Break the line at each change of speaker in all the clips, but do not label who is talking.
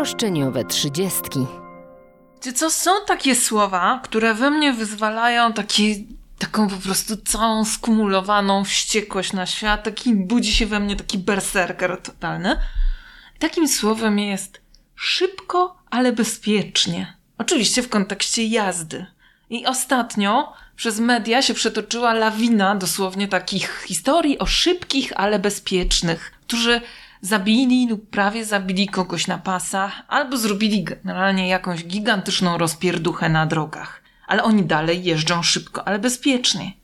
Roszczeniowe 30.
Wiecie co, są takie słowa, które we mnie wyzwalają taką po prostu całą skumulowaną wściekłość na świat, budzi się we mnie taki berserker totalny. I takim słowem jest szybko, ale bezpiecznie. Oczywiście w kontekście jazdy. I ostatnio przez media się przetoczyła lawina dosłownie takich historii o szybkich, ale bezpiecznych, którzy zabili lub prawie zabili kogoś na pasach, albo zrobili generalnie jakąś gigantyczną rozpierduchę na drogach. Ale oni dalej jeżdżą szybko, ale bezpiecznie.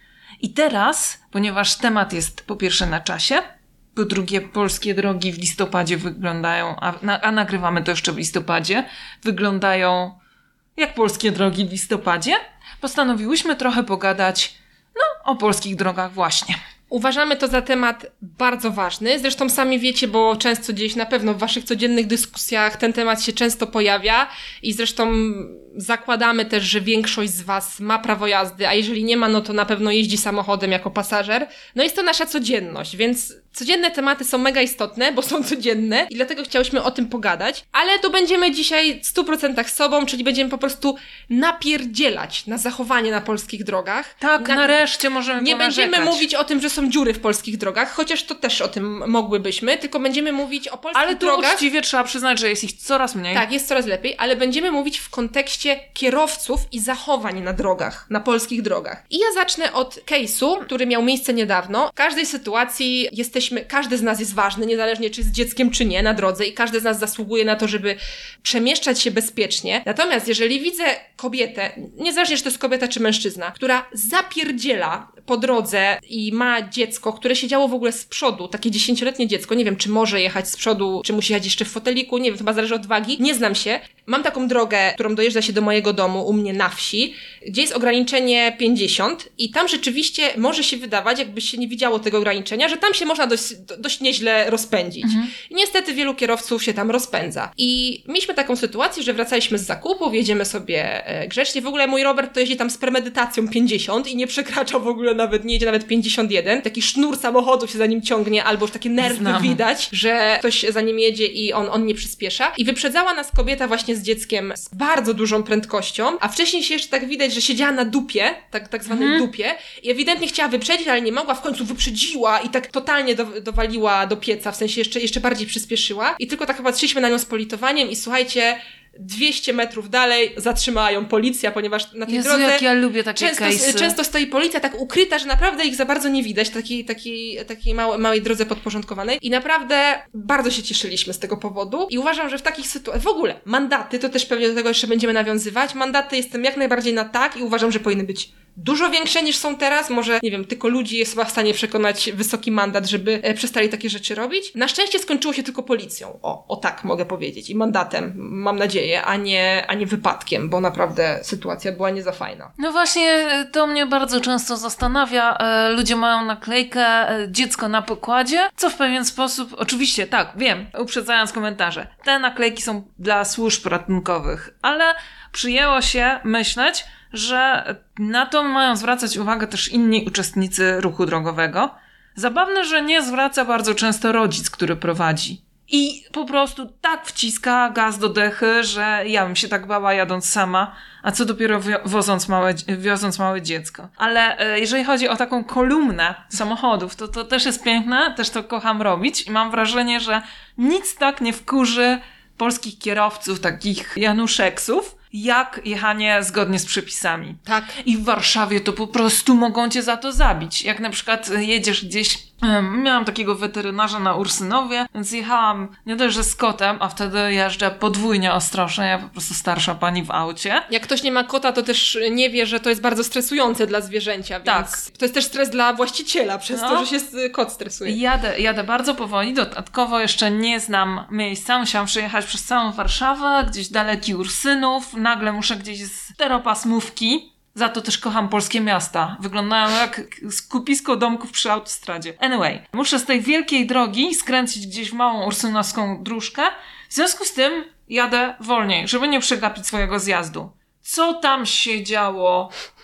I teraz, ponieważ temat jest po pierwsze na czasie, po drugie polskie drogi w listopadzie wyglądają, a nagrywamy to jeszcze w listopadzie, wyglądają jak polskie drogi w listopadzie, postanowiłyśmy trochę pogadać, o polskich drogach właśnie.
Uważamy to za temat bardzo ważny. Zresztą sami wiecie, bo często gdzieś na pewno w waszych codziennych dyskusjach ten temat się często pojawia i zresztą zakładamy też, że większość z was ma prawo jazdy, a jeżeli nie ma, no to na pewno jeździ samochodem jako pasażer. No jest to nasza codzienność, więc codzienne tematy są mega istotne, bo są codzienne i dlatego chciałyśmy o tym pogadać, ale tu będziemy dzisiaj w 100% sobą, czyli będziemy po prostu napierdzielać na zachowanie na polskich drogach.
Tak, nareszcie możemy
Nie
ponarzekać.
będziemy mówić o tym, że są dziury w polskich drogach, chociaż to też o tym mogłybyśmy, tylko będziemy mówić o polskich drogach.
Ale tu uczciwie trzeba przyznać, że jest ich coraz mniej.
Tak, jest coraz lepiej, ale będziemy mówić w kontekście kierowców i zachowań na drogach, na polskich drogach. I ja zacznę od case'u, który miał miejsce niedawno. W każdej sytuacji każdy z nas jest ważny, niezależnie czy z dzieckiem, czy nie, na drodze i każdy z nas zasługuje na to, żeby przemieszczać się bezpiecznie. Natomiast jeżeli widzę kobietę, niezależnie czy to jest kobieta, czy mężczyzna, która zapierdziela po drodze i ma dziecko, które siedziało w ogóle z przodu, takie 10-letnie dziecko, nie wiem, czy może jechać z przodu, czy musi jechać jeszcze w foteliku, nie wiem, chyba zależy od wagi, nie znam się. Mam taką drogę, którą dojeżdża się do mojego domu u mnie na wsi, gdzie jest ograniczenie 50 i tam rzeczywiście może się wydawać, jakby się nie widziało tego ograniczenia, że tam się można dość nieźle rozpędzić. I niestety wielu kierowców się tam rozpędza. I mieliśmy taką sytuację, że wracaliśmy z zakupów, jedziemy sobie grzecznie. W ogóle mój Robert to jeździ tam z premedytacją 50 i nie przekracza w ogóle nie jedzie nawet 51. Taki sznur samochodów się za nim ciągnie, albo już takie nerwy widać, że ktoś za nim jedzie i on nie przyspiesza. I wyprzedzała nas kobieta właśnie z dzieckiem z bardzo dużą prędkością, a wcześniej się jeszcze tak widać, że siedziała na dupie, tak zwanej dupie i ewidentnie chciała wyprzedzić, ale nie mogła, w końcu wyprzedziła i tak totalnie dowaliła do pieca, w sensie jeszcze bardziej przyspieszyła i tylko tak patrzyliśmy na nią z politowaniem i słuchajcie, 200 metrów dalej zatrzymała ją policja, ponieważ na tej drodze
jak ja lubię takie case'y.
Często stoi policja tak ukryta, że naprawdę ich za bardzo nie widać, takiej małej drodze podporządkowanej i naprawdę bardzo się cieszyliśmy z tego powodu i uważam, że w takich sytuacjach, w ogóle mandaty, to też pewnie do tego jeszcze będziemy nawiązywać, mandaty jestem jak najbardziej na tak i uważam, że powinny być dużo większe niż są teraz, może, nie wiem, tylko ludzi jest chyba w stanie przekonać wysoki mandat, żeby przestali takie rzeczy robić. Na szczęście skończyło się tylko policją, o tak mogę powiedzieć, i mandatem, mam nadzieję, a nie wypadkiem, bo naprawdę sytuacja była nie za fajna.
No właśnie, to mnie bardzo często zastanawia. Ludzie mają naklejkę dziecko na pokładzie, co w pewien sposób, oczywiście tak, wiem, uprzedzając komentarze, te naklejki są dla służb ratunkowych, ale przyjęło się myśleć, że na to mają zwracać uwagę też inni uczestnicy ruchu drogowego. Zabawne, że nie zwraca bardzo często rodzic, który prowadzi. I po prostu tak wciska gaz do dechy, że ja bym się tak bała jadąc sama, a co dopiero wioząc małe dziecko. Ale jeżeli chodzi o taką kolumnę samochodów, to też jest piękne, też to kocham robić i mam wrażenie, że nic tak nie wkurzy polskich kierowców, takich Januszeksów, jak jechanie zgodnie z przepisami.
Tak.
I w Warszawie to po prostu mogą cię za to zabić. Jak na przykład jedziesz gdzieś, miałam takiego weterynarza na Ursynowie, więc jechałam nie dość, że z kotem, a wtedy jeżdżę podwójnie ostrożnie, ja po prostu starsza pani w aucie.
Jak ktoś nie ma kota, to też nie wie, że to jest bardzo stresujące dla zwierzęcia, więc
tak.
To jest też stres dla właściciela, przez to, że się kot stresuje.
Jadę bardzo powoli, dodatkowo jeszcze nie znam miejsca, musiałam przejechać przez całą Warszawę, gdzieś daleki Ursynów, nagle muszę gdzieś z czteropasmówki. Za to też kocham polskie miasta. Wyglądają jak skupisko domków przy autostradzie. Anyway, muszę z tej wielkiej drogi skręcić gdzieś w małą ursynowską dróżkę. W związku z tym jadę wolniej, żeby nie przegapić swojego zjazdu. Co tam się działo?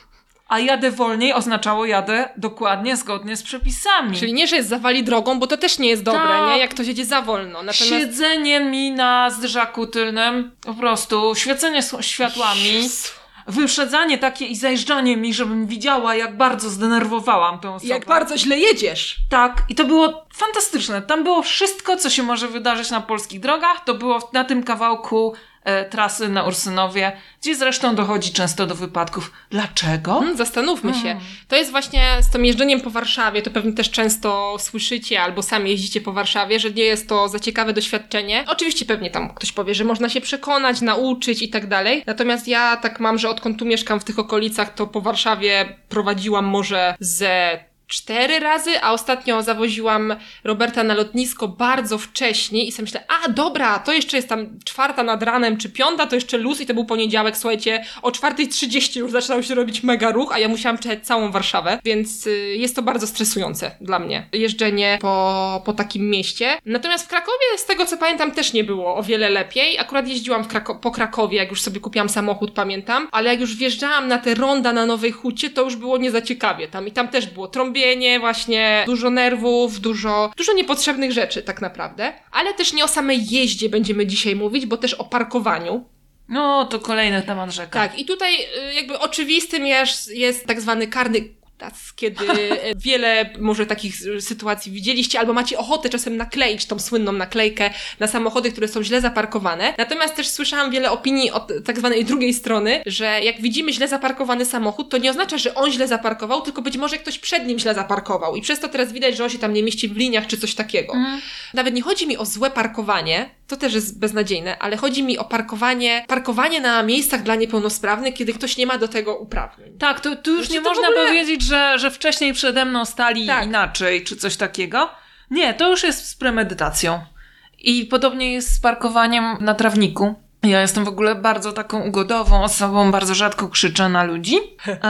a jadę wolniej oznaczało jadę dokładnie zgodnie z przepisami.
Czyli nie, że jest zawali drogą, bo to też nie jest dobre, nie? Jak ktoś jedzie za wolno. Natomiast...
Siedzenie mi na zderzaku tylnym, po prostu świecenie światłami, wyprzedzanie takie i zajeżdżanie mi, żebym widziała, jak bardzo zdenerwowałam tę osobę.
Jak bardzo źle jedziesz.
Tak, i to było fantastyczne. Tam było wszystko, co się może wydarzyć na polskich drogach. To było na tym kawałku trasy na Ursynowie, gdzie zresztą dochodzi często do wypadków. Dlaczego?
Zastanówmy się. To jest właśnie z tym jeżdżeniem po Warszawie, to pewnie też często słyszycie albo sami jeździcie po Warszawie, że nie jest to za ciekawe doświadczenie. Oczywiście pewnie tam ktoś powie, że można się przekonać, nauczyć i tak dalej. Natomiast ja tak mam, że odkąd tu mieszkam w tych okolicach, to po Warszawie prowadziłam może ze 4 razy, a ostatnio zawoziłam Roberta na lotnisko bardzo wcześnie i sobie myślę, dobra, to jeszcze jest tam 4 nad ranem, czy 5, to jeszcze luz i to był poniedziałek, słuchajcie, o 4:30 już zaczynał się robić mega ruch, a ja musiałam przejechać całą Warszawę, więc jest to bardzo stresujące dla mnie, jeżdżenie po takim mieście. Natomiast w Krakowie, z tego co pamiętam, też nie było o wiele lepiej. Akurat jeździłam po Krakowie, jak już sobie kupiłam samochód, pamiętam, ale jak już wjeżdżałam na te ronda na Nowej Hucie, to już było nie za ciekawie tam i tam też było trąbienie, właśnie dużo nerwów, dużo niepotrzebnych rzeczy tak naprawdę. Ale też nie o samej jeździe będziemy dzisiaj mówić, bo też o parkowaniu.
No, to kolejny temat rzeka.
Tak, i tutaj jakby oczywistym jest tak zwany karny kutas, kiedy wiele może takich sytuacji widzieliście, albo macie ochotę czasem nakleić tą słynną naklejkę na samochody, które są źle zaparkowane. Natomiast też słyszałam wiele opinii od tak zwanej drugiej strony, że jak widzimy źle zaparkowany samochód, to nie oznacza, że on źle zaparkował, tylko być może ktoś przed nim źle zaparkował i przez to teraz widać, że on się tam nie mieści w liniach czy coś takiego. Nawet nie chodzi mi o złe parkowanie, to też jest beznadziejne, ale chodzi mi o parkowanie na miejscach dla niepełnosprawnych, kiedy ktoś nie ma do tego uprawnień.
Tak, tu już nie można powiedzieć, że wcześniej przede mną stali inaczej, czy coś takiego. Nie, to już jest z premedytacją. I podobnie jest z parkowaniem na trawniku. Ja jestem w ogóle bardzo taką ugodową osobą, bardzo rzadko krzyczę na ludzi.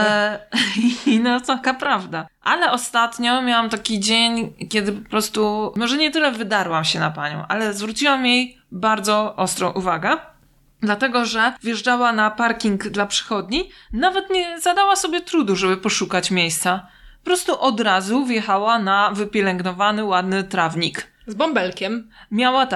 I no taka prawda. Ale ostatnio miałam taki dzień, kiedy po prostu, może nie tyle wydarłam się na panią, ale zwróciłam jej bardzo ostrą uwagę. Dlatego, że wjeżdżała na parking dla przychodni, nawet nie zadała sobie trudu, żeby poszukać miejsca. Po prostu od razu wjechała na wypielęgnowany, ładny trawnik.
Z bąbelkiem.
Miała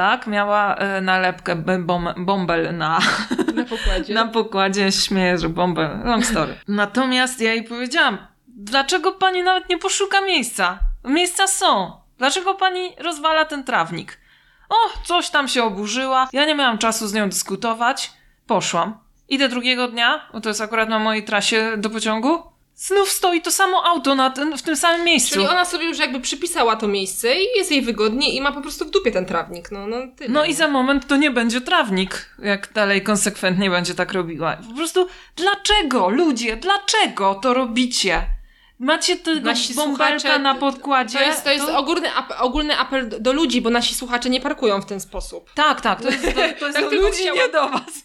nalepkę bąbel na
pokładzie.
Na pokładzie, śmieję, że bąbel, long story. Natomiast ja jej powiedziałam, dlaczego pani nawet nie poszuka miejsca? Miejsca są. Dlaczego pani rozwala ten trawnik? Coś tam się oburzyła. Ja nie miałam czasu z nią dyskutować. Poszłam. Idę drugiego dnia, bo to jest akurat na mojej trasie do pociągu. Znów stoi to samo auto w tym samym miejscu.
Czyli ona sobie już jakby przypisała to miejsce i jest jej wygodnie i ma po prostu w dupie ten trawnik. Tyle.
No i za moment to nie będzie trawnik, jak dalej konsekwentnie będzie tak robiła. Po prostu dlaczego, ludzie, dlaczego to robicie? Macie tego bąbelka na podkładzie.
To jest ogólny apel do ludzi, bo nasi słuchacze nie parkują w ten sposób.
Tak, to jest do ludzi, nie do was.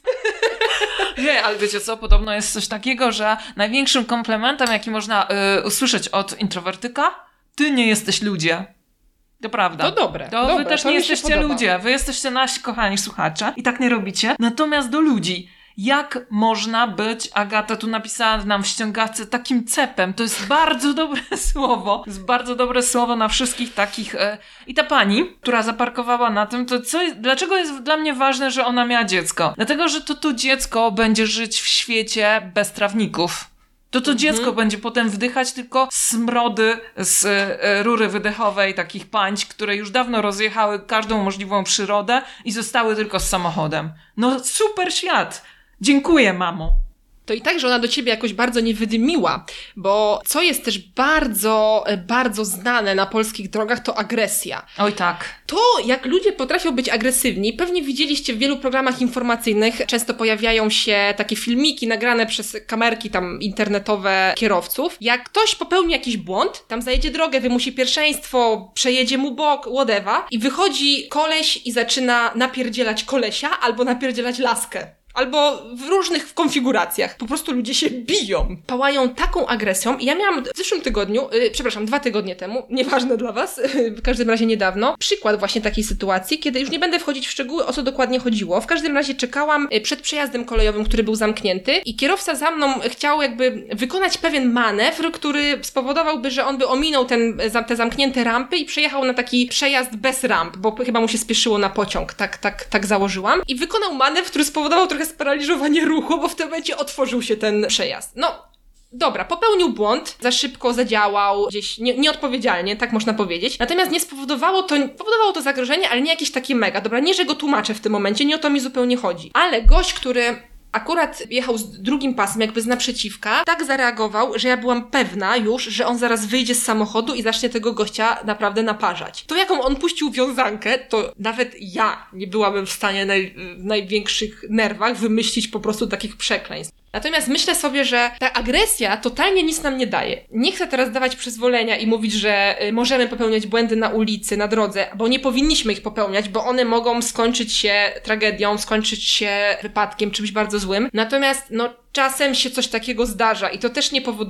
Nie, ale wiecie co, podobno jest coś takiego, że największym komplementem, jaki można usłyszeć od introwertyka, ty nie jesteś ludzie. To prawda.
To dobre.
Wy też nie jesteście ludzie. Wy jesteście nasi kochani słuchacze i tak nie robicie. Natomiast do ludzi. Jak można być, Agata tu napisała nam w ściągawce, takim cepem? To jest bardzo dobre słowo. To jest bardzo dobre słowo na wszystkich takich... I ta pani, która zaparkowała na tym, dlaczego jest dla mnie ważne, że ona miała dziecko? Dlatego, że to dziecko będzie żyć w świecie bez trawników. To dziecko będzie potem wdychać tylko smrody z rury wydechowej, takich pańć, które już dawno rozjechały każdą możliwą przyrodę i zostały tylko z samochodem. No super świat! Dziękuję, mamo.
To i tak, że ona do ciebie jakoś bardzo nie wydymiła, bo co jest też bardzo, bardzo znane na polskich drogach, to agresja.
Oj tak.
To, jak ludzie potrafią być agresywni, pewnie widzieliście w wielu programach informacyjnych, często pojawiają się takie filmiki nagrane przez kamerki tam internetowe kierowców. Jak ktoś popełni jakiś błąd, tam zajedzie drogę, wymusi pierwszeństwo, przejedzie mu bok, whatever, i wychodzi koleś i zaczyna napierdzielać kolesia albo napierdzielać laskę. Albo w różnych konfiguracjach. Po prostu ludzie się biją. Pałają taką agresją. I ja miałam w zeszłym tygodniu, 2 tygodnie temu, nieważne dla was, w każdym razie niedawno, przykład właśnie takiej sytuacji, kiedy już nie będę wchodzić w szczegóły, o co dokładnie chodziło. W każdym razie czekałam przed przejazdem kolejowym, który był zamknięty i kierowca za mną chciał jakby wykonać pewien manewr, który spowodowałby, że on by ominął te zamknięte rampy i przejechał na taki przejazd bez ramp, bo chyba mu się spieszyło na pociąg. Tak założyłam. I wykonał manewr, który spowodował trochę sparaliżowanie ruchu, bo w tym momencie otworzył się ten przejazd. No, dobra, popełnił błąd, za szybko zadziałał, gdzieś nieodpowiedzialnie, tak można powiedzieć. Natomiast nie spowodowało to zagrożenie, ale nie jakieś takie mega. Dobra, nie, że go tłumaczę w tym momencie, nie o to mi zupełnie chodzi. Ale gość, który akurat jechał z drugim pasem, jakby z naprzeciwka, tak zareagował, że ja byłam pewna już, że on zaraz wyjdzie z samochodu i zacznie tego gościa naprawdę naparzać. To jaką on puścił wiązankę, to nawet ja nie byłabym w stanie w największych nerwach wymyślić po prostu takich przekleństw. Natomiast myślę sobie, że ta agresja totalnie nic nam nie daje. Nie chcę teraz dawać przyzwolenia i mówić, że możemy popełniać błędy na ulicy, na drodze, bo nie powinniśmy ich popełniać, bo one mogą skończyć się tragedią, skończyć się wypadkiem, czymś bardzo złym. Natomiast czasem się coś takiego zdarza i to też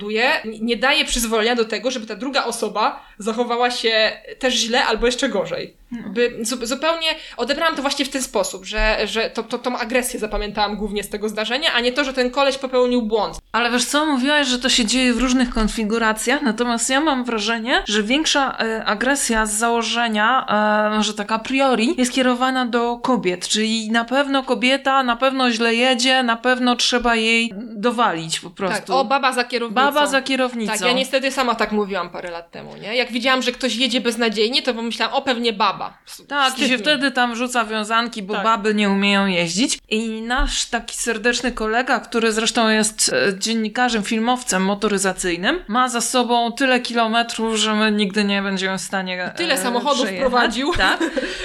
nie daje przyzwolenia do tego, żeby ta druga osoba zachowała się też źle albo jeszcze gorzej. Zupełnie odebrałam to właśnie w ten sposób, że tą agresję zapamiętałam głównie z tego zdarzenia, a nie to, że ten koleś popełnił błąd.
Ale wiesz co, mówiłaś, że to się dzieje w różnych konfiguracjach, natomiast ja mam wrażenie, że większa agresja z założenia, że tak a priori, jest kierowana do kobiet, czyli na pewno kobieta, na pewno źle jedzie, na pewno trzeba jej dowalić po prostu.
Tak, baba za kierownicą.
Baba za kierownicą.
Tak, ja niestety sama tak mówiłam parę lat temu, nie? Jak widziałam, że ktoś jedzie beznadziejnie, to pomyślałam, pewnie baba.
Tak, i się wtedy tam rzuca wiązanki, bo baby nie umieją jeździć. I nasz taki serdeczny kolega, który zresztą jest dziennikarzem, filmowcem motoryzacyjnym, ma za sobą tyle kilometrów, że my nigdy nie będziemy w stanie
tyle samochodów prowadził.
Tak.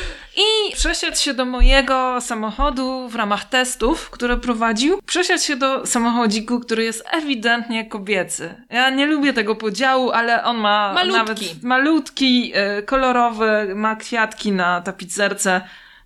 I przesiadł się do mojego samochodu w ramach testów, które prowadził. Przesiadł się do samochodziku, który jest ewidentnie kobiecy. Ja nie lubię tego podziału, ale on ma nawet malutki, kolorowy, ma kwiatki na tapicerce.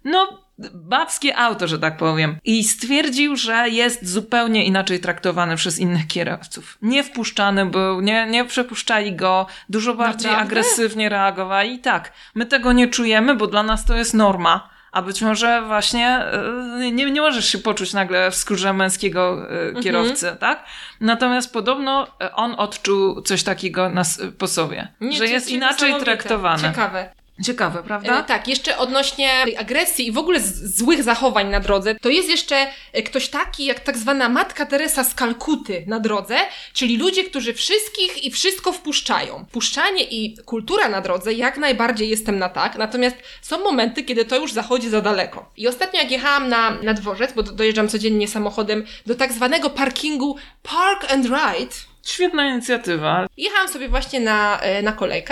Babskie auto, że tak powiem. I stwierdził, że jest zupełnie inaczej traktowany przez innych kierowców. Nie wpuszczany był, nie przepuszczali go, dużo bardziej agresywnie reagowali. Tak, my tego nie czujemy, bo dla nas to jest norma. A być może właśnie nie możesz się poczuć nagle w skórze męskiego kierowcy, tak? Natomiast podobno on odczuł coś takiego po sobie, że jest inaczej traktowany. Ciekawe, prawda?
Tak, jeszcze odnośnie agresji i w ogóle złych zachowań na drodze, to jest jeszcze ktoś taki jak tak zwana Matka Teresa z Kalkuty na drodze, czyli ludzie, którzy wszystkich i wszystko wpuszczają. Puszczanie i kultura na drodze, jak najbardziej jestem na tak, natomiast są momenty, kiedy to już zachodzi za daleko. I ostatnio jak jechałam na dworzec, bo dojeżdżam codziennie samochodem do tak zwanego parkingu Park and Ride.
Świetna inicjatywa.
Jechałam sobie właśnie na kolejkę.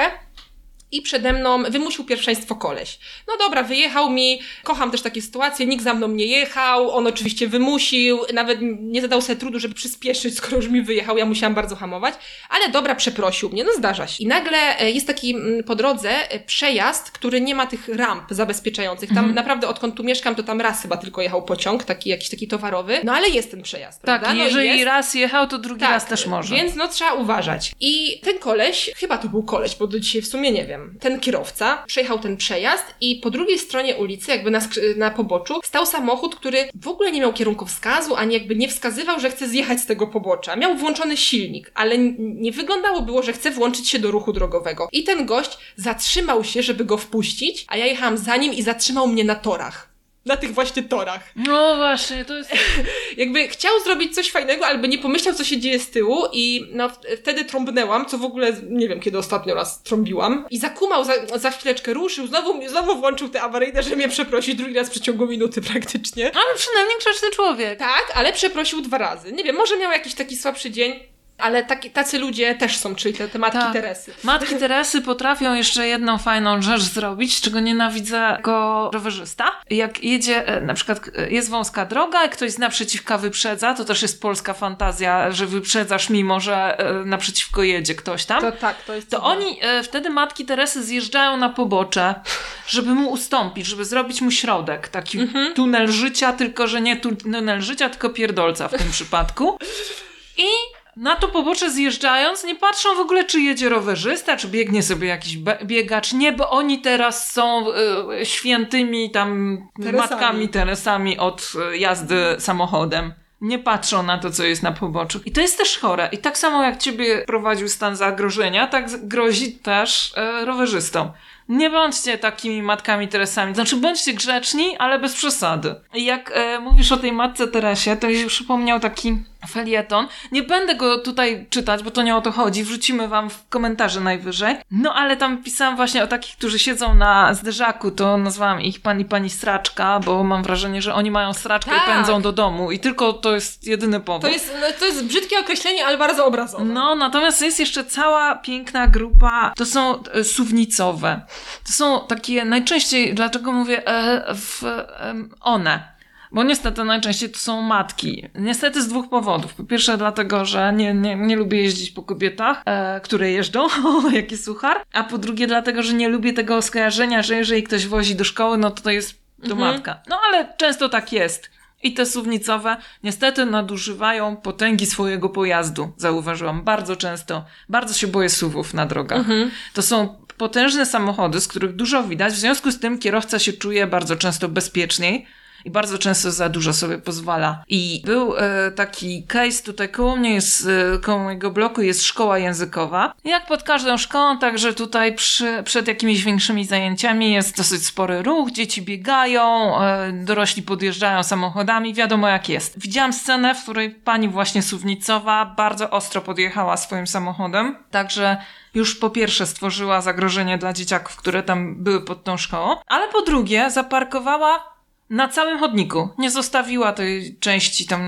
I przede mną wymusił pierwszeństwo koleś. No dobra, wyjechał mi, kocham też takie sytuacje, nikt za mną nie jechał, on oczywiście wymusił, nawet nie zadał sobie trudu, żeby przyspieszyć, skoro już mi wyjechał, ja musiałam bardzo hamować, ale dobra, przeprosił mnie, zdarza się. I nagle jest taki po drodze przejazd, który nie ma tych ramp zabezpieczających. Tam naprawdę odkąd tu mieszkam, to tam raz chyba tylko jechał pociąg, jakiś taki towarowy, ale jest ten przejazd, prawda?
Tak, jeżeli raz jechał, to drugi raz też może.
Więc trzeba uważać. I ten koleś, chyba to był koleś, bo do dzisiaj w sumie nie wiem, ten kierowca przejechał ten przejazd i po drugiej stronie ulicy, jakby na poboczu, stał samochód, który w ogóle nie miał kierunkowskazu, ani jakby nie wskazywał, że chce zjechać z tego pobocza. Miał włączony silnik, ale nie wyglądało, że chce włączyć się do ruchu drogowego. I ten gość zatrzymał się, żeby go wpuścić, a ja jechałam za nim i zatrzymał mnie na torach. Na tych właśnie torach.
No właśnie, to jest...
Jakby chciał zrobić coś fajnego, ale by nie pomyślał, co się dzieje z tyłu i wtedy trąbnęłam, co w ogóle nie wiem, kiedy ostatnio raz trąbiłam. I zakumał, za chwileczkę ruszył, znowu włączył te awaryjne, że mnie przeprosić drugi raz w przeciągu minuty praktycznie.
Ale przynajmniej grzeczny człowiek.
Tak, ale przeprosił 2 razy. Nie wiem, może miał jakiś taki słabszy dzień. Ale tacy ludzie też są, czyli te matki Teresy.
Matki Teresy potrafią jeszcze jedną fajną rzecz zrobić, czego nienawidzę jako rowerzysta. Jak jedzie, na przykład jest wąska droga i ktoś z naprzeciwka wyprzedza, to też jest polska fantazja, że wyprzedzasz mimo, że naprzeciwko jedzie ktoś tam. To oni, wtedy matki Teresy zjeżdżają na pobocze, żeby mu ustąpić, żeby zrobić mu środek. Taki tunel życia, tylko że nie tunel życia, tylko pierdolca w tym przypadku. I na to pobocze zjeżdżając nie patrzą w ogóle, czy jedzie rowerzysta, czy biegnie sobie jakiś biegacz. Nie, bo oni teraz są świętymi tam matkami Teresami od jazdy samochodem. Nie patrzą na to, co jest na poboczu. I to jest też chore. I tak samo jak ciebie prowadził stan zagrożenia, tak grozi też rowerzystom. Nie bądźcie takimi matkami Teresami. Znaczy, bądźcie grzeczni, ale bez przesady. I jak mówisz o tej matce Teresie, to mi się przypomniał taki felieton. Nie będę go tutaj czytać, bo to nie o to chodzi. Wrzucimy wam w komentarze najwyżej. No, ale tam pisałam właśnie o takich, którzy siedzą na zderzaku. To nazwałam ich pan i pani Sraczka, bo mam wrażenie, że oni mają sraczkę i pędzą do domu. I tylko to jest jedyny powód.
To jest brzydkie określenie, ale bardzo obrazowe. No,
natomiast jest jeszcze cała piękna grupa. To są suwnicowe. To są takie najczęściej, dlaczego mówię one. Bo niestety najczęściej to są matki. Niestety z dwóch powodów. Po pierwsze dlatego, że nie lubię jeździć po kobietach, które jeżdżą, jaki suchar. A po drugie dlatego, że nie lubię tego skojarzenia, że jeżeli ktoś wozi do szkoły, no to jest to matka. No ale często tak jest. I te suwnicowe niestety nadużywają potęgi swojego pojazdu. Zauważyłam bardzo często. Bardzo się boję suwów na drogach. To są potężne samochody, z których dużo widać. W związku z tym kierowca się czuje bardzo często bezpieczniej i bardzo często za dużo sobie pozwala. I był taki case tutaj koło mnie, koło mojego bloku jest szkoła językowa. Jak pod każdą szkołą, także tutaj przed jakimiś większymi zajęciami jest dosyć spory ruch, dzieci biegają, dorośli podjeżdżają samochodami, wiadomo jak jest. Widziałam scenę, w której pani właśnie suwnicowa bardzo ostro podjechała swoim samochodem, także już po pierwsze stworzyła zagrożenie dla dzieciaków, które tam były pod tą szkołą, ale po drugie zaparkowała na całym chodniku. Nie zostawiła tej części tam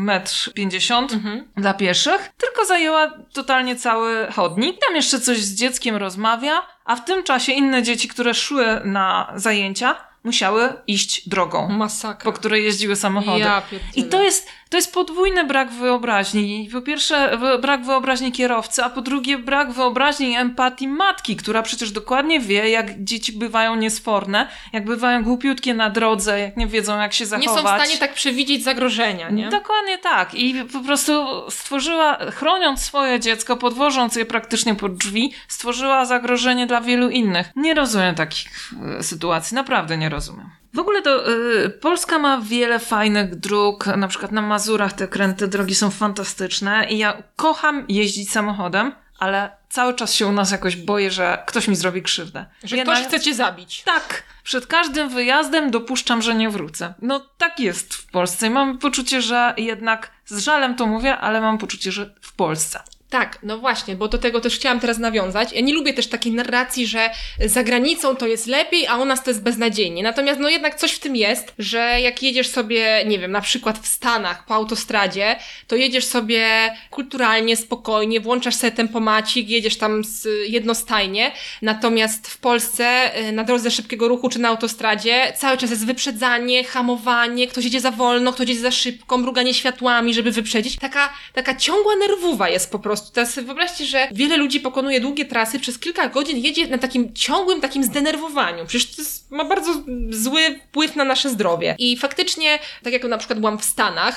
1,50 m dla pieszych, tylko zajęła totalnie cały chodnik. Tam jeszcze coś z dzieckiem rozmawia, a w tym czasie inne dzieci, które szły na zajęcia, musiały iść drogą,
masakra,
po której jeździły samochody.
Ja
I to jest podwójny brak wyobraźni. Po pierwsze brak wyobraźni kierowcy, a po drugie brak wyobraźni i empatii matki, która przecież dokładnie wie, jak dzieci bywają niesforne, jak bywają głupiutkie na drodze, jak nie wiedzą, jak się zachować.
Nie są w stanie tak przewidzieć zagrożenia, nie?
Dokładnie tak. I po prostu stworzyła, chroniąc swoje dziecko, podwożąc je praktycznie pod drzwi, stworzyła zagrożenie dla wielu innych. Nie rozumiem takich sytuacji. Naprawdę nie rozumiem. W ogóle to Polska ma wiele fajnych dróg, na przykład na Mazurach te kręte drogi są fantastyczne i ja kocham jeździć samochodem, ale cały czas się u nas jakoś boję, że ktoś mi zrobi krzywdę.
Że ktoś chce cię zabić.
Tak. Przed każdym wyjazdem dopuszczam, że nie wrócę. No tak jest w Polsce i mam poczucie, że jednak z żalem to mówię, ale mam poczucie, że w Polsce.
Tak, no właśnie, bo do tego też chciałam teraz nawiązać. Ja nie lubię też takiej narracji, że za granicą to jest lepiej, a u nas to jest beznadziejnie. Natomiast no jednak coś w tym jest, że jak jedziesz sobie, nie wiem, na przykład w Stanach po autostradzie, to jedziesz sobie kulturalnie, spokojnie, włączasz sobie tempomacik, jedziesz tam jednostajnie. Natomiast w Polsce na drodze szybkiego ruchu czy na autostradzie cały czas jest wyprzedzanie, hamowanie, ktoś jedzie za wolno, ktoś jedzie za szybko, mruganie światłami, żeby wyprzedzić. Taka ciągła nerwuwa jest po prostu. Teraz wyobraźcie, że wiele ludzi pokonuje długie trasy, przez kilka godzin jedzie na takim ciągłym takim zdenerwowaniu. Przecież to ma bardzo zły wpływ na nasze zdrowie. I faktycznie, tak jak na przykład byłam w Stanach,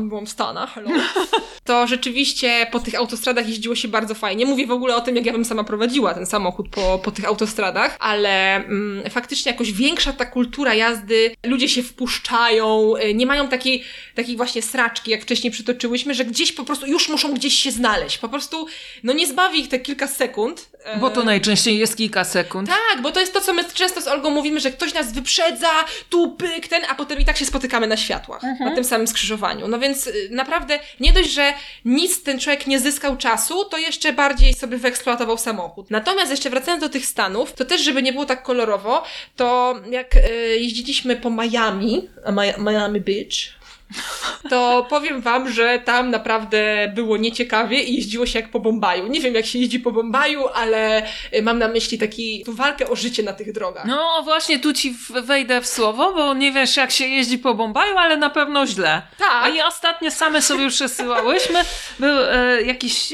hello, to rzeczywiście po tych autostradach jeździło się bardzo fajnie. Mówię w ogóle o tym, jak ja bym sama prowadziła ten samochód po tych autostradach, ale faktycznie jakoś większa ta kultura jazdy, ludzie się wpuszczają, nie mają takiej właśnie sraczki, jak wcześniej przytoczyłyśmy, że gdzieś po prostu już muszą gdzieś się znaleźć. Po prostu, no nie zbawi ich te kilka sekund.
Bo to najczęściej jest kilka sekund.
Tak, bo to jest to, co my często z Olgą mówimy, że ktoś nas wyprzedza, tu pyk, a potem i tak się spotykamy na światłach, na tym samym skrzyżowaniu. No więc naprawdę nie dość, że nic ten człowiek nie zyskał czasu, to jeszcze bardziej sobie wyeksploatował samochód. Natomiast jeszcze wracając do tych Stanów, to też, żeby nie było tak kolorowo, to jak jeździliśmy po Miami Beach, to powiem wam, że tam naprawdę było nieciekawie i jeździło się jak po Bombaju. Nie wiem, jak się jeździ po Bombaju, ale mam na myśli tu walkę o życie na tych drogach.
No właśnie, tu ci wejdę w słowo, bo nie wiesz, jak się jeździ po Bombaju, ale na pewno źle.
Tak.
A i ostatnio same sobie przesyłałyśmy. Był jakiś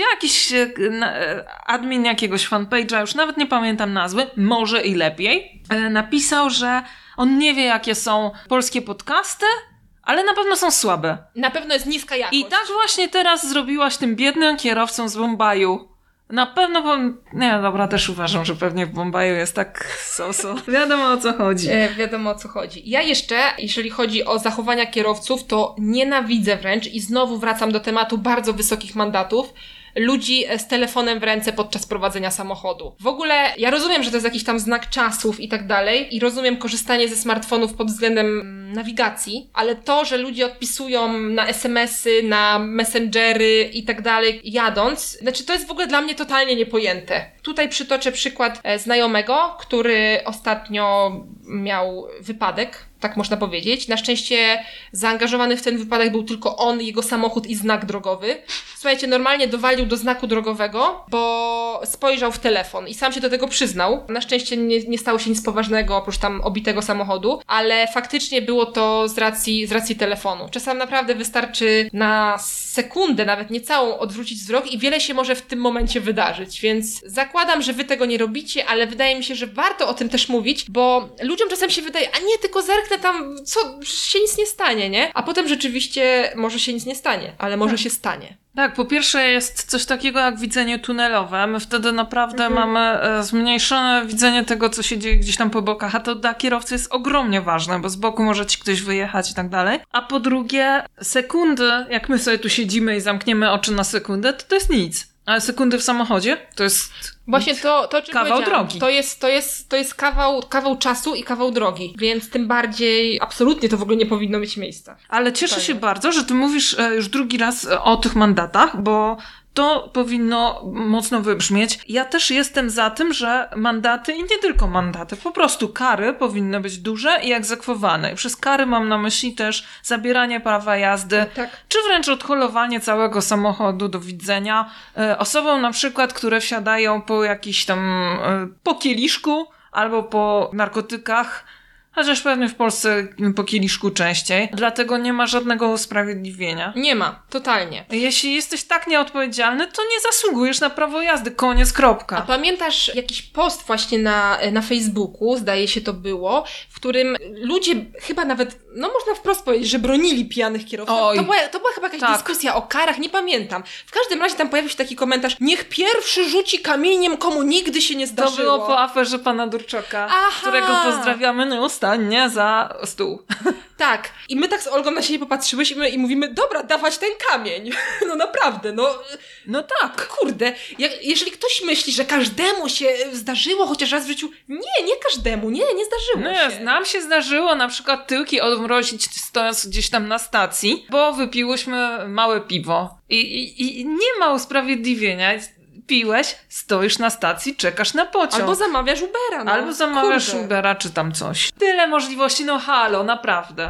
admin jakiegoś fanpage'a, już nawet nie pamiętam nazwy, może i lepiej, napisał, że on nie wie, jakie są polskie podcasty, ale na pewno są słabe.
Na pewno jest niska jakość.
I tak właśnie teraz zrobiłaś tym biednym kierowcom z Bombaju. Na pewno, nie, dobra, też uważam, że pewnie w Bombaju jest tak so. Wiadomo, o co chodzi.
Wiadomo, o co chodzi. Ja jeszcze, jeżeli chodzi o zachowania kierowców, to nienawidzę wręcz i znowu wracam do tematu bardzo wysokich mandatów, ludzi z telefonem w ręce podczas prowadzenia samochodu. W ogóle ja rozumiem, że to jest jakiś tam znak czasów i tak dalej i rozumiem korzystanie ze smartfonów pod względem nawigacji, ale to, że ludzie odpisują na SMS-y, na messengery i tak dalej jadąc, znaczy to jest w ogóle dla mnie totalnie niepojęte. Tutaj przytoczę przykład znajomego, który ostatnio miał wypadek, tak można powiedzieć. Na szczęście zaangażowany w ten wypadek był tylko on, jego samochód i znak drogowy. Słuchajcie, normalnie dowalił do znaku drogowego, bo spojrzał w telefon i sam się do tego przyznał. Na szczęście nie stało się nic poważnego oprócz tam obitego samochodu, ale faktycznie było to z racji telefonu. Czasem naprawdę wystarczy na sekundę, nawet nie całą, odwrócić wzrok i wiele się może w tym momencie wydarzyć, więc zakładam, że wy tego nie robicie, ale wydaje mi się, że warto o tym też mówić, bo ludziom czasem się wydaje, a nie, tylko zerknę tam, się nic nie stanie, nie? A potem rzeczywiście może się nic nie stanie, ale może się stanie.
Tak, po pierwsze jest coś takiego jak widzenie tunelowe. My wtedy naprawdę mamy zmniejszone widzenie tego, co się dzieje gdzieś tam po bokach, a to dla kierowcy jest ogromnie ważne, bo z boku może ci ktoś wyjechać i tak dalej. A po drugie, sekundy, jak my sobie tu siedzimy i zamkniemy oczy na sekundę, to jest nic. Ale sekundy w samochodzie to jest
właśnie to o czym
kawał drogi.
To jest kawał czasu i kawał drogi, więc tym bardziej absolutnie to w ogóle nie powinno mieć miejsca.
Ale cieszę się bardzo, że ty mówisz już drugi raz o tych mandatach, bo to powinno mocno wybrzmieć. Ja też jestem za tym, że mandaty i nie tylko mandaty, po prostu kary powinny być duże i egzekwowane. I przez kary mam na myśli też zabieranie prawa jazdy, czy wręcz odholowanie całego samochodu do widzenia osobom na przykład, które wsiadają po jakiś tam po kieliszku albo po narkotykach. Chociaż pewnie w Polsce po kieliszku częściej. Dlatego nie ma żadnego usprawiedliwienia.
Nie ma, totalnie.
Jeśli jesteś tak nieodpowiedzialny, to nie zasługujesz na prawo jazdy. Koniec, kropka.
A pamiętasz jakiś post właśnie na Facebooku, zdaje się to było, w którym ludzie chyba nawet, no można wprost powiedzieć, że bronili pijanych kierowców. To była chyba jakaś dyskusja o karach, nie pamiętam. W każdym razie tam pojawił się taki komentarz: niech pierwszy rzuci kamieniem, komu nigdy się nie zdarzyło.
To było po aferze pana Durczoka, którego pozdrawiamy nieustannie za stół.
Tak. I my tak z Olgą na siebie popatrzyłyśmy i mówimy, dobra, dawać ten kamień. No naprawdę,
no tak.
Kurde, jeżeli ktoś myśli, że każdemu się zdarzyło chociaż raz w życiu, nie każdemu, nie zdarzyło się.
Nam się zdarzyło na przykład tyłki odmrozić stojąc gdzieś tam na stacji, bo wypiłyśmy małe piwo. I nie ma usprawiedliwienia. Piłeś, stoisz na stacji, czekasz na pociąg.
Albo zamawiasz Ubera.
Albo zamawiasz Ubera, czy tam coś. Tyle możliwości, halo, naprawdę.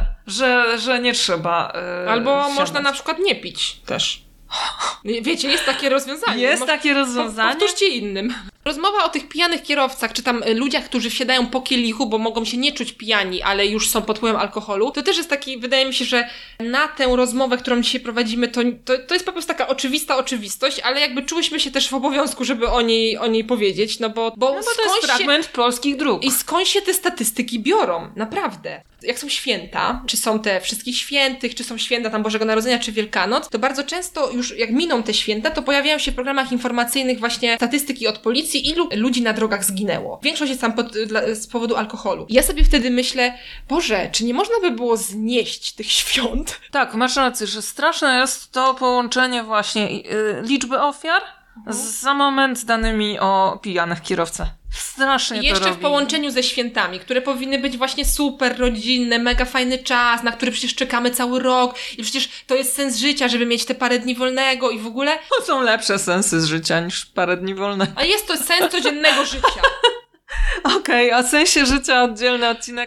Że nie trzeba
albo
wsiadać.
można na przykład nie pić też. Wiecie, jest takie rozwiązanie.
Jest takie rozwiązanie?
Powtórzcie innym. Rozmowa o tych pijanych kierowcach, czy tam ludziach, którzy wsiadają po kielichu, bo mogą się nie czuć pijani, ale już są pod wpływem alkoholu, to też jest taki, wydaje mi się, że na tę rozmowę, którą dzisiaj prowadzimy, to jest po prostu taka oczywista oczywistość, ale jakby czułyśmy się też w obowiązku, żeby o niej powiedzieć, bo
to jest fragment polskich dróg.
I skąd się te statystyki biorą? Naprawdę. Jak są święta, czy są te wszystkich świętych, czy są święta tam Bożego Narodzenia, czy Wielkanoc, to bardzo często już jak miną te święta, to pojawiają się w programach informacyjnych właśnie statystyki od policji, ilu ludzi na drogach zginęło. Większość jest tam z powodu alkoholu. I ja sobie wtedy myślę, Boże, czy nie można by było znieść tych świąt?
Tak, masz rację, że straszne jest to połączenie właśnie liczby ofiar za moment z danymi o pijanych kierowcach. Strasznie
I jeszcze
to robi.
w połączeniu ze świętami, które powinny być właśnie super rodzinne, mega fajny czas, na który przecież czekamy cały rok i przecież to jest sens życia, żeby mieć te parę dni wolnego i w ogóle.
To są lepsze sensy z życia niż parę dni wolnego.
A jest to sens codziennego życia.
Okej, o sensie życia oddzielny odcinek.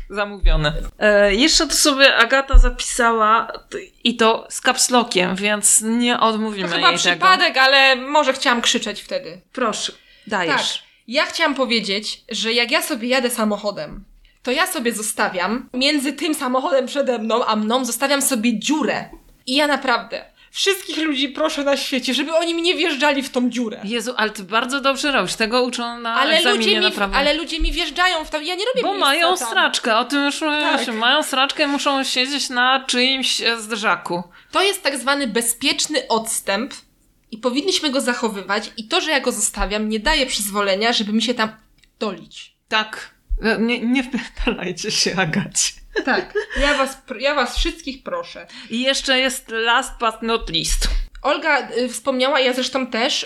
zamówiony. Jeszcze tu sobie Agata zapisała i to z caps lockiem, więc nie odmówimy
To
jej
chyba
tego.
przypadek, ale może chciałam krzyczeć wtedy.
Proszę, dajesz.
Tak. Ja chciałam powiedzieć, że jak ja sobie jadę samochodem, to ja sobie zostawiam między tym samochodem przede mną, a mną zostawiam sobie dziurę. I ja naprawdę wszystkich ludzi proszę na świecie, żeby oni mi nie wjeżdżali w tą dziurę.
Jezu, ale ty bardzo dobrze robisz. Tego uczą na egzaminie naprawdę.
Ale ludzie mi wjeżdżają w to. Ja nie robię
Bo
miejsca
mają
tam.
straczkę, o tym już mówiliśmy.
Tak.
Mają straczkę i muszą siedzieć na czyimś zderzaku.
To jest tak zwany bezpieczny odstęp i powinniśmy go zachowywać i to, że ja go zostawiam, nie daje przyzwolenia, żeby mi się tam dolić.
Tak. Nie wpierdalajcie się, Agacie.
Tak. Ja was wszystkich proszę.
I jeszcze jest last but not least.
Olga wspomniała, ja zresztą też,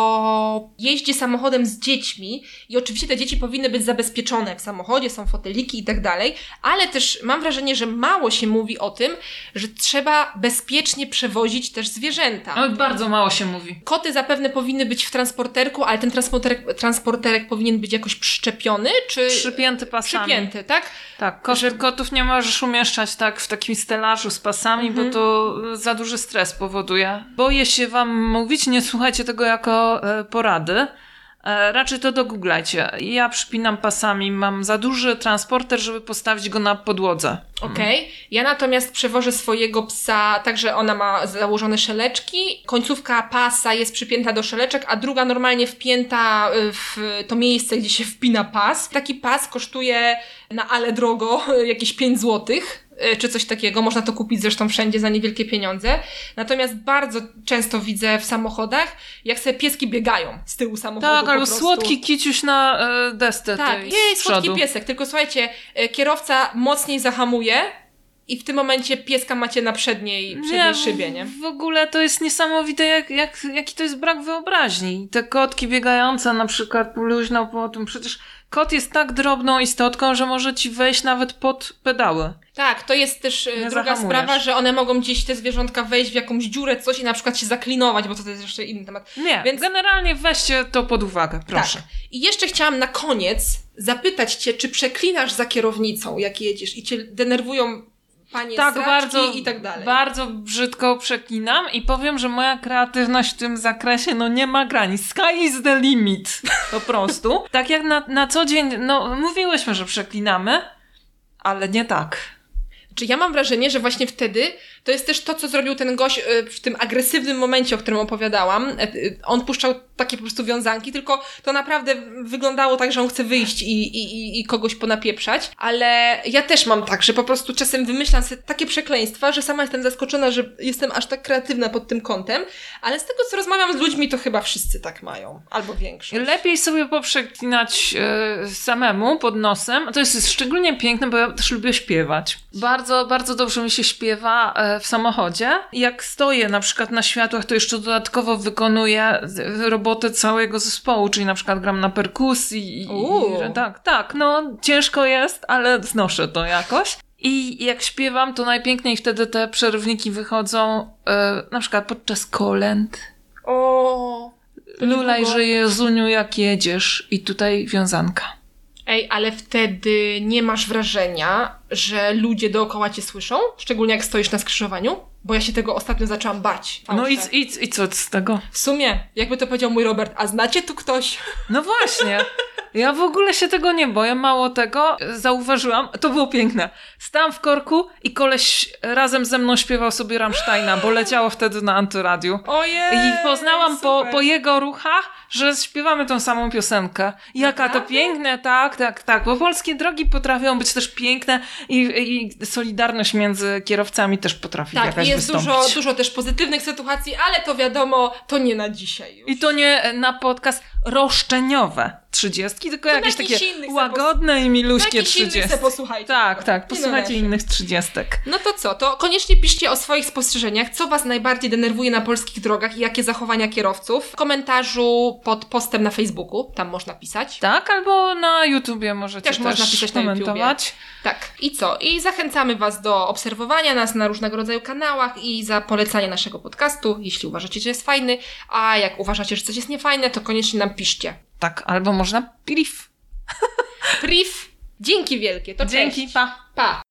o jeździe samochodem z dziećmi i oczywiście te dzieci powinny być zabezpieczone w samochodzie, są foteliki i tak dalej, ale też mam wrażenie, że mało się mówi o tym, że trzeba bezpiecznie przewozić też zwierzęta.
Ale bardzo mało się mówi.
Koty zapewne powinny być w transporterku, ale ten transporterek powinien być jakoś przyczepiony, czy...
Przypięty pasami.
Przypięty, tak?
Tak, kotów nie możesz umieszczać tak w takim stelażu z pasami, bo to za duży stres powoduje. Boję się wam mówić, nie słuchajcie tego jako porady. Raczej to dogooglajcie. Ja przypinam pasami, mam za duży transporter, żeby postawić go na podłodze.
Okej. Ja natomiast przewożę swojego psa tak, że ona ma założone szeleczki, końcówka pasa jest przypięta do szeleczek, a druga normalnie wpięta w to miejsce, gdzie się wpina pas. Taki pas kosztuje na ale drogo jakieś 5 złotych. Czy coś takiego. Można to kupić zresztą wszędzie za niewielkie pieniądze. Natomiast bardzo często widzę w samochodach, jak sobie pieski biegają z tyłu samochodu.
Tak,
po
albo
prostu.
słodki kiciuś na desce
Tak,
tej
jej,
z
słodki
przodu.
piesek. Tylko słuchajcie, kierowca mocniej zahamuje i w tym momencie pieska macie na przedniej szybie, nie?
W ogóle to jest niesamowite, jaki to jest brak wyobraźni. Te kotki biegające na przykład luźno po tym, przecież kot jest tak drobną istotką, że może ci wejść nawet pod pedały.
Tak, to jest też
Nie
druga
zahamujesz.
sprawa, że one mogą gdzieś te zwierzątka wejść w jakąś dziurę, coś i na przykład się zaklinować, bo to jest jeszcze inny temat.
Nie,
Więc
generalnie weźcie to pod uwagę, proszę.
Tak. I jeszcze chciałam na koniec zapytać cię, czy przeklinasz za kierownicą, jak jedziesz i cię denerwują panie
Tak,
sraczki i tak dalej.
bardzo brzydko przeklinam i powiem, że moja kreatywność w tym zakresie nie ma granic. Sky is the limit. Po prostu. Tak jak na co dzień, mówiłyśmy, że przeklinamy, ale nie tak.
Czy ja mam wrażenie, że właśnie wtedy to jest też to, co zrobił ten gość w tym agresywnym momencie, o którym opowiadałam. On puszczał takie po prostu wiązanki, tylko to naprawdę wyglądało tak, że on chce wyjść i kogoś ponapieprzać. Ale ja też mam tak, że po prostu czasem wymyślam sobie takie przekleństwa, że sama jestem zaskoczona, że jestem aż tak kreatywna pod tym kątem. Ale z tego, co rozmawiam z ludźmi, to chyba wszyscy tak mają. Albo większość.
Lepiej sobie poprzeklinać samemu pod nosem. To jest szczególnie piękne, bo ja też lubię śpiewać. Bardzo, bardzo dobrze mi się śpiewa w samochodzie. Jak stoję na przykład na światłach, to jeszcze dodatkowo wykonuję robotę całego zespołu, czyli na przykład gram na perkusji. Tak, ciężko jest, ale znoszę to jakoś. I jak śpiewam, to najpiękniej wtedy te przerywniki wychodzą na przykład podczas kolęd. Lulaj, że Jezuniu, jak jedziesz. I tutaj wiązanka.
Ej, ale wtedy nie masz wrażenia, że ludzie dookoła cię słyszą? Szczególnie jak stoisz na skrzyżowaniu? Bo ja się tego ostatnio zaczęłam bać.
No i co z tego?
W sumie, jakby to powiedział mój Robert, a znacie tu ktoś?
No właśnie. Ja w ogóle się tego nie boję. Mało tego, zauważyłam, to było piękne. Stałam w korku i koleś razem ze mną śpiewał sobie Rammsteina, bo leciało wtedy na Antyradiu.
Ojej!
I poznałam po jego ruchach, że śpiewamy tą samą piosenkę. Jaka to piękne, tak. Bo polskie drogi potrafią być też piękne i solidarność między kierowcami też potrafi jakaś
jest
wystąpić.
dużo też pozytywnych sytuacji, ale to wiadomo, to nie na dzisiaj już.
I to nie na podcast roszczeniowe 30, tylko to jakieś takie łagodne i miluśkie 30.
Posłuchajcie.
Tak, posłuchajcie innych 30.
No to co? To koniecznie piszcie o swoich spostrzeżeniach, co was najbardziej denerwuje na polskich drogach i jakie zachowania kierowców. W komentarzu pod postem na Facebooku, tam można pisać.
Tak, albo na YouTubie możecie też
można pisać
komentować.
Tak. I co? I zachęcamy was do obserwowania nas na różnego rodzaju kanałach i za polecanie naszego podcastu, jeśli uważacie, że jest fajny, a jak uważacie, że coś jest niefajne, to koniecznie nam piszcie.
Tak, albo można priv.
Priv. Dzięki wielkie, to
Dzięki,
cześć.
pa!
Pa!